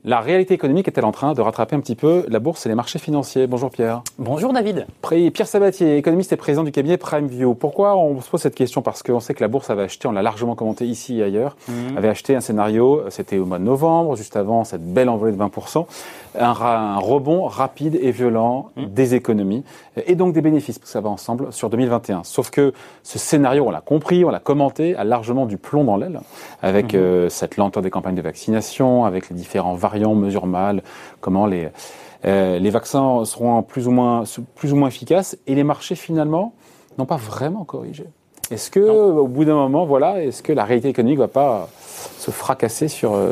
La réalité économique est-elle en train de rattraper un petit peu la bourse et les marchés financiers? Bonjour Pierre. Bonjour David. Pierre Sabatier, économiste et président du cabinet PrimeView. Pourquoi on se pose cette question? Parce qu'on sait que la bourse avait acheté, on l'a largement commenté ici et ailleurs, avait acheté un scénario, c'était au mois de novembre, juste avant cette belle envolée de 20%, un rebond rapide et violent des économies et donc des bénéfices, parce que ça va ensemble, sur 2021. Sauf que ce scénario, on l'a compris, on l'a commenté, a largement du plomb dans l'aile, avec cette lenteur des campagnes de vaccination, avec les différents variants, mesure mal, comment les vaccins seront plus ou moins efficaces, et les marchés finalement n'ont pas vraiment corrigé. Est-ce que au bout d'un moment, est-ce que la réalité économique va pas se fracasser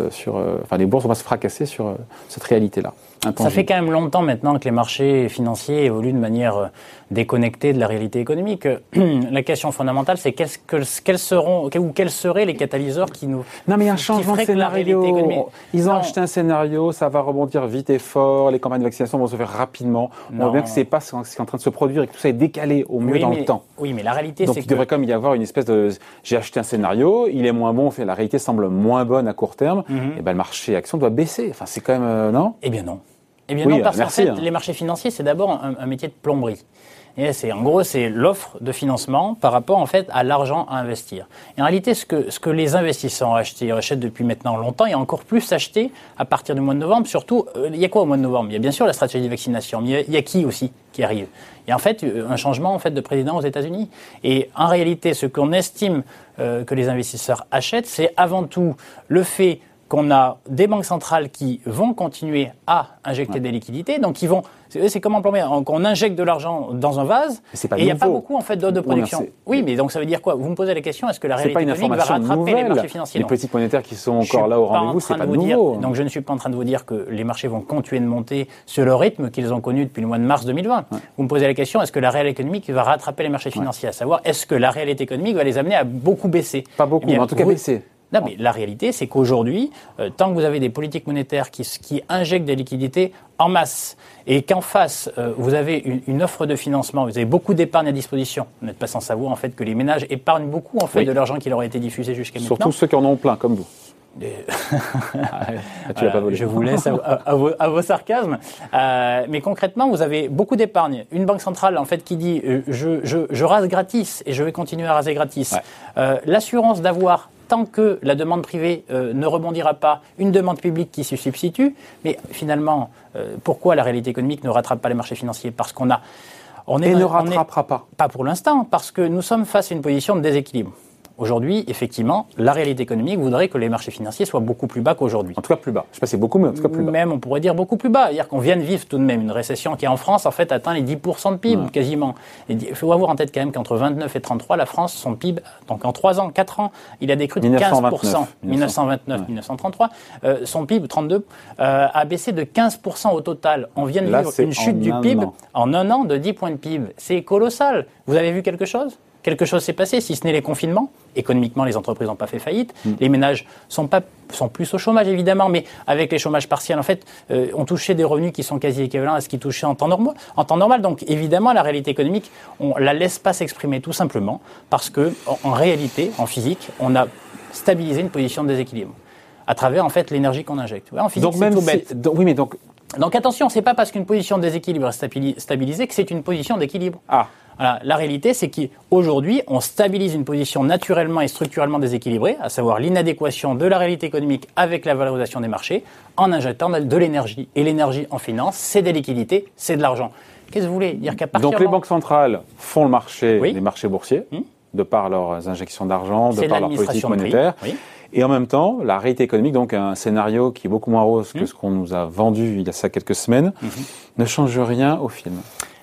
les bourses vont pas se fracasser sur cette réalité-là? Ça fait quand même longtemps maintenant que les marchés financiers évoluent de manière déconnectée de la réalité économique. La question fondamentale, c'est quels seraient les catalyseurs qui nous... Non, mais il y a un changement de scénario. Ils ont acheté un scénario, ça va rebondir vite et fort, les campagnes de vaccination vont se faire rapidement. On voit bien que c'est pas ce qui est en train de se produire et que tout ça est décalé au mieux le temps. Oui, mais la réalité, donc, il devrait quand même y avoir une espèce de... J'ai acheté un scénario, il est moins bon, la réalité semble moins bonne à court terme, et le marché action doit baisser. Enfin, c'est quand même... non ? Eh bien non. Non, parce qu'en fait, les marchés financiers, c'est d'abord un métier de plomberie. Et c'est l'offre de financement par rapport en fait à l'argent à investir. Et en réalité, ce que les investisseurs achètent depuis maintenant longtemps, et encore plus acheté à partir du mois de novembre. Surtout, il y a quoi au mois de novembre? Il y a bien sûr la stratégie de vaccination, mais il y a qui aussi qui arrive? Il y a en fait un changement en fait de président aux États-Unis. Et en réalité, ce qu'on estime que les investisseurs achètent, c'est avant tout le fait qu'on a des banques centrales qui vont continuer à injecter des liquidités, donc c'est comme en plomberie, on injecte de l'argent dans un vase, et il n'y a pas beaucoup en fait d'offres de production. Oui, mais donc ça veut dire quoi? Vous me posez la question, est-ce que la réalité économique va rattraper les marchés financiers? Les politiques monétaires qui sont encore là au rendez-vous, c'est pas nouveau. Donc je ne suis pas en train de vous dire que les marchés vont continuer de monter sur le rythme qu'ils ont connu depuis le mois de mars 2020. Vous me posez la question, est-ce que la réalité économique va rattraper les marchés financiers? À savoir, est-ce que la réalité économique va les amener à beaucoup baisser? Pas beaucoup, mais en tout cas baisser. Non, mais la réalité, c'est qu'aujourd'hui, tant que vous avez des politiques monétaires qui injectent des liquidités en masse et qu'en face, vous avez une offre de financement, vous avez beaucoup d'épargne à disposition, vous n'êtes pas sans savoir en fait que les ménages épargnent beaucoup en fait de l'argent qui leur a été diffusé jusqu'à maintenant. Surtout ceux qui en ont plein, comme vous. Tu l'as pas volé. Je vous laisse à vos sarcasmes. Mais concrètement, vous avez beaucoup d'épargne. Une banque centrale en fait qui dit je rase gratis et je vais continuer à raser gratis. L'assurance d'avoir, tant que la demande privée ne rebondira pas, une demande publique qui s'y substitue. Mais finalement, pourquoi la réalité économique ne rattrape pas les marchés financiers? Parce qu'on ne rattrapera pas. Pas pour l'instant, parce que nous sommes face à une position de déséquilibre. Aujourd'hui, effectivement, la réalité économique voudrait que les marchés financiers soient beaucoup plus bas qu'aujourd'hui. En tout cas plus bas. Je ne sais pas si c'est beaucoup, mais en tout cas plus bas. Même, on pourrait dire beaucoup plus bas. C'est-à-dire qu'on vient de vivre tout de même une récession qui, en France, en fait, atteint les 10% de PIB, quasiment. Il faut avoir en tête quand même qu'entre 29 et 33, la France, son PIB, donc en 3 ans, 4 ans, il a décru de 15%. 1929, 1933. Son PIB, 32, a baissé de 15% au total. On vient de vivre une chute du PIB en un an de 10 points de PIB. C'est colossal. Vous avez vu quelque chose? Quelque chose s'est passé, si ce n'est les confinements. Économiquement, les entreprises n'ont pas fait faillite. Les ménages sont plus au chômage, évidemment, mais avec les chômages partiels, en fait, ont touché des revenus qui sont quasi équivalents à ce qu'ils touchaient en temps normal. Donc, évidemment, la réalité économique, on la laisse pas s'exprimer tout simplement parce que, en réalité, en physique, on a stabilisé une position de déséquilibre à travers, en fait, l'énergie qu'on injecte. Ouais, en physique, donc, c'est tout bête. Donc attention, c'est pas parce qu'une position de déséquilibre est stabilisée que c'est une position d'équilibre. Voilà, la réalité, c'est qu'aujourd'hui, on stabilise une position naturellement et structurellement déséquilibrée, à savoir l'inadéquation de la réalité économique avec la valorisation des marchés, en injectant de l'énergie. Et l'énergie en finance, c'est des liquidités, c'est de l'argent. Qu'est-ce que vous voulez dire qu'à partir Donc les banques centrales font le marché, les marchés boursiers, de par leurs injections d'argent, de par leur politique monétaire. Et en même temps, la réalité économique, donc un scénario qui est beaucoup moins rose que ce qu'on nous a vendu il y a ça quelques semaines, ne change rien au film.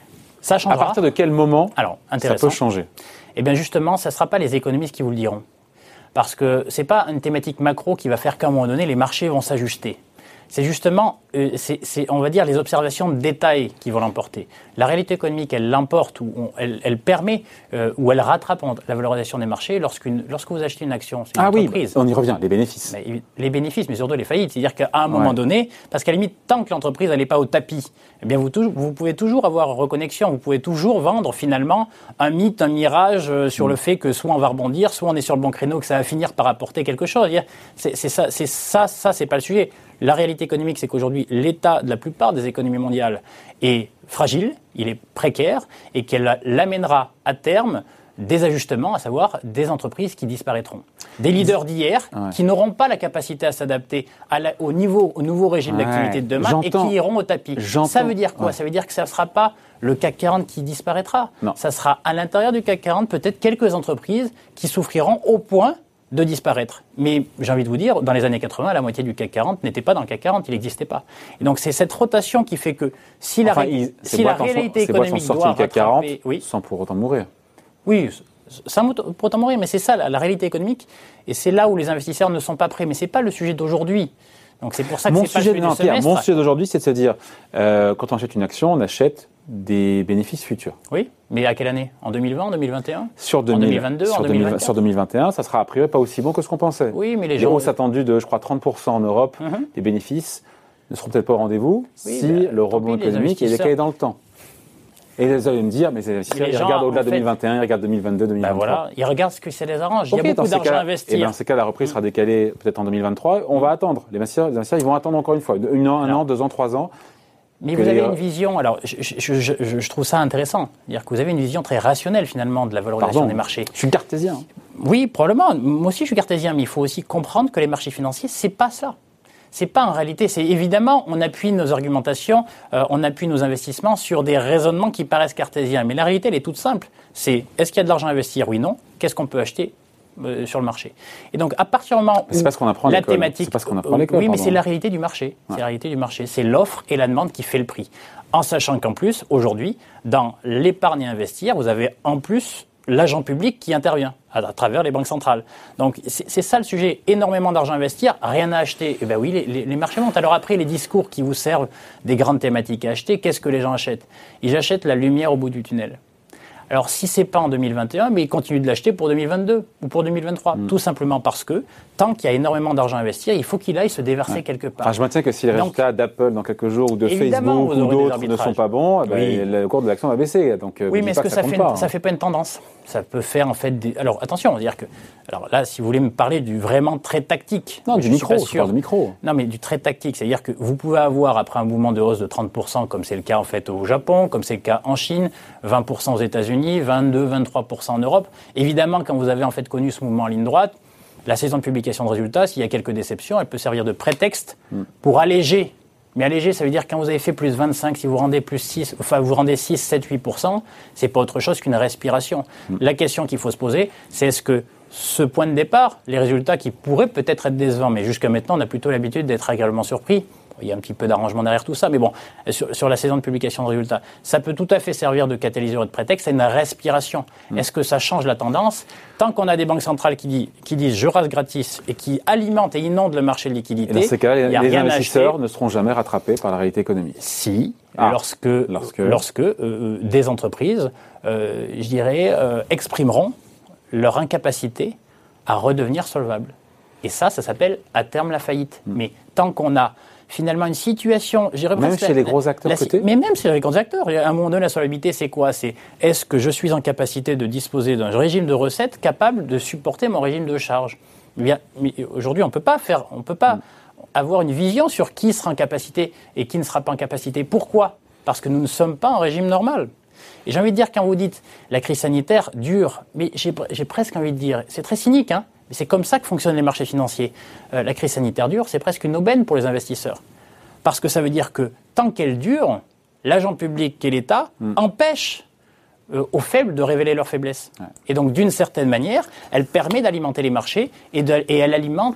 Ça changera. À partir de quel moment ça peut changer? Eh bien justement, ça ne sera pas les économistes qui vous le diront. Parce que ce n'est pas une thématique macro qui va faire qu'à un moment donné, les marchés vont s'ajuster. C'est justement, on va dire, les observations de détail qui vont l'emporter. La réalité économique, elle l'emporte, ou elle permet, ou elle rattrape la valorisation des marchés lorsque vous achetez une action. C'est une entreprise. On y revient, les bénéfices. Les bénéfices, mais surtout les faillites. C'est-à-dire qu'à un moment donné, parce qu'à la limite, tant que l'entreprise n'est pas au tapis, eh bien vous pouvez toujours avoir reconnexion, vous pouvez toujours vendre finalement un mythe, un mirage sur le fait que soit on va rebondir, soit on est sur le bon créneau, que ça va finir par apporter quelque chose. C'est ça, c'est pas le sujet. La réalité économique, c'est qu'aujourd'hui, l'état de la plupart des économies mondiales est fragile, il est précaire, et qu'elle l'amènera à terme des ajustements, à savoir des entreprises qui disparaîtront. Des leaders d'hier qui n'auront pas la capacité à s'adapter au nouveau régime d'activité de demain et qui iront au tapis. Ça veut dire quoi ? Ça veut dire que ça ne sera pas le CAC 40 qui disparaîtra. Non. Ça sera à l'intérieur du CAC 40 peut-être quelques entreprises qui souffriront au point de disparaître. Mais j'ai envie de vous dire, dans les années 80, la moitié du CAC 40 n'était pas dans le CAC 40, il n'existait pas. Et donc c'est cette rotation qui fait que si la réalité économique doit rattraper... CAC 40 sans pour autant mourir. Oui, sans pour autant mourir, mais c'est ça la réalité économique. Et c'est là où les investisseurs ne sont pas prêts. Mais ce n'est pas le sujet d'aujourd'hui. Donc c'est pour ça que c'est pas le sujet du semestre. Mon sujet d'aujourd'hui, c'est de se dire, quand on achète une action, on achète des bénéfices futurs. Oui, mais à quelle année ? En 2020, en 2021 ? En 2022, en 2024 Sur 2021, ça sera a priori pas aussi bon que ce qu'on pensait. Oui, mais les hausses attendues de, je crois, 30% en Europe, des bénéfices ne seront peut-être pas au rendez-vous si le rebond économique est décalé dans le temps. Et vous allez me dire, mais les investisseurs, ils regardent au-delà de 2021, ils regardent 2022, 2023. Ben voilà, ils regardent ce que ça les arrange. Il y a beaucoup d'argent à investir. Et dans ces cas, la reprise sera décalée peut-être en 2023. On va attendre. Les investisseurs, ils vont attendre encore une fois. Un an, 2 ans, 3 ans. Mais vous avez une vision, alors je trouve ça intéressant, c'est-à-dire que vous avez une vision très rationnelle finalement de la valorisation des marchés. Je suis cartésien. Oui, probablement. Moi aussi je suis cartésien, mais il faut aussi comprendre que les marchés financiers, c'est pas ça. C'est pas en réalité, c'est évidemment, on appuie nos argumentations, on appuie nos investissements sur des raisonnements qui paraissent cartésiens. Mais la réalité, elle est toute simple. C'est, est-ce qu'il y a de l'argent à investir ? Oui, non. Qu'est-ce qu'on peut acheter sur le marché ? Et donc, à partir du moment où c'est pas ce qu'on apprend à l'école. Thématique, c'est pas ce qu'on apprend à l'école. Oui, mais c'est la réalité du marché. C'est la réalité du marché. C'est l'offre et la demande qui fait le prix. En sachant qu'en plus, aujourd'hui, dans l'épargne à investir, vous avez en plus l'agent public qui intervient à travers les banques centrales. Donc, c'est ça le sujet. Énormément d'argent à investir, rien à acheter. Eh bien oui, les marchés montent. Alors après, les discours qui vous servent des grandes thématiques à acheter, qu'est-ce que les gens achètent ? Ils achètent la lumière au bout du tunnel. Alors, si ce n'est pas en 2021, mais ils continuent de l'acheter pour 2022 ou pour 2023. Tout simplement parce que, tant qu'il y a énormément d'argent à investir, il faut qu'il aille se déverser quelque part. Enfin, je maintiens que si les résultats d'Apple dans quelques jours ou de Facebook ou d'autres ne sont pas bons, le cours de l'action va baisser. Donc, oui, mais est-ce que ça fait pas une tendance ? Ça peut faire en fait des... Alors attention, c'est-à-dire que... Alors là, si vous voulez me parler du vraiment très tactique... Non, du micro, je parle du micro. Non, mais du très tactique, c'est-à-dire que vous pouvez avoir, après un mouvement de hausse de 30%, comme c'est le cas en fait au Japon, comme c'est le cas en Chine, 20% aux États-Unis, 22-23% en Europe. Évidemment, quand vous avez en fait connu ce mouvement en ligne droite, la saison de publication de résultats, s'il y a quelques déceptions, elle peut servir de prétexte pour alléger. Mais alléger, ça veut dire que quand vous avez fait plus 25, si vous rendez plus 6, enfin vous rendez 6, 7, 8%, c'est pas autre chose qu'une respiration. La question qu'il faut se poser, c'est est-ce que ce point de départ, les résultats qui pourraient peut-être être décevants, mais jusqu'à maintenant, on a plutôt l'habitude d'être agréablement surpris. Il y a un petit peu d'arrangement derrière tout ça, mais bon, sur la saison de publication de résultats, ça peut tout à fait servir de catalyseur et de prétexte, c'est une respiration. Est-ce que ça change la tendance ? Tant qu'on a des banques centrales qui disent « je rase gratis » et qui alimentent et inondent le marché de liquidité, et dans ces cas, les investisseurs ne seront jamais rattrapés par la réalité économique. Si, lorsque des entreprises, je dirais, exprimeront leur incapacité à redevenir solvables. Et ça s'appelle à terme la faillite. Mais tant qu'on a finalement une situation... Même chez les gros acteurs cotés ? Mais même chez les gros acteurs. À un moment donné, la solvabilité, c'est quoi ? C'est est-ce que je suis en capacité de disposer d'un régime de recettes capable de supporter mon régime de charges ? Mais aujourd'hui, on ne peut pas avoir une vision sur qui sera en capacité et qui ne sera pas en capacité. Pourquoi ? Parce que nous ne sommes pas en régime normal. Et j'ai envie de dire, quand vous dites la crise sanitaire dure, mais j'ai presque envie de dire, c'est très cynique, hein ? C'est comme ça que fonctionnent les marchés financiers. La crise sanitaire dure, c'est presque une aubaine pour les investisseurs. Parce que ça veut dire que tant qu'elle dure, l'agent public et l'État empêchent aux faibles de révéler leurs faiblesses. Ouais. Et donc, d'une certaine manière, elle permet d'alimenter les marchés et elle alimente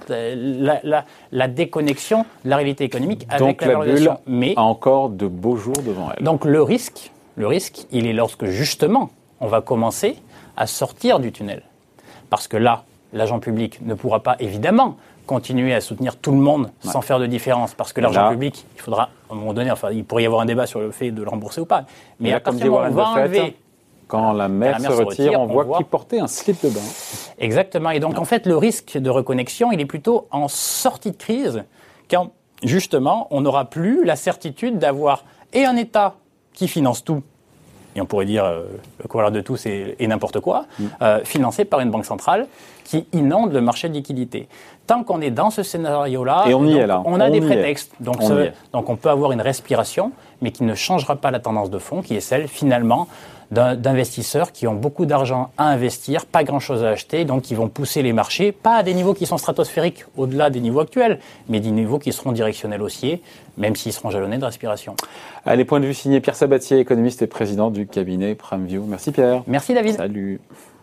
la déconnexion de la réalité économique avec la valorisation. Donc, la bulle a encore de beaux jours devant elle. Donc, le risque, il est lorsque, justement, on va commencer à sortir du tunnel. Parce que là, l'agent public ne pourra pas, évidemment, continuer à soutenir tout le monde sans faire de différence. Parce que l'argent public, il faudra, à un moment donné, enfin, il pourrait y avoir un débat sur le fait de le rembourser ou pas. Mais à partir du moment où on va enlever... Quand la mer se retire, on voit qui portait un slip de bain. Exactement. Et donc, en fait, le risque de reconnexion, il est plutôt en sortie de crise, quand, justement, on n'aura plus la certitude d'avoir et un État qui finance tout, et on pourrait dire le corollaire de tout, c'est et n'importe quoi, financé par une banque centrale qui inonde le marché de liquidité. tant qu'on est dans ce scénario-là, et on y est là. On a des prétextes. Donc on peut avoir une respiration, mais qui ne changera pas la tendance de fond, qui est celle finalement d'investisseurs qui ont beaucoup d'argent à investir, pas grand-chose à acheter, donc qui vont pousser les marchés, pas à des niveaux qui sont stratosphériques au-delà des niveaux actuels, mais des niveaux qui seront directionnels haussiers, même s'ils seront jalonnés de respiration. Allez, point de vue signé Pierre Sabatier, économiste et président du cabinet PrimeView. Merci Pierre. Merci David. Salut.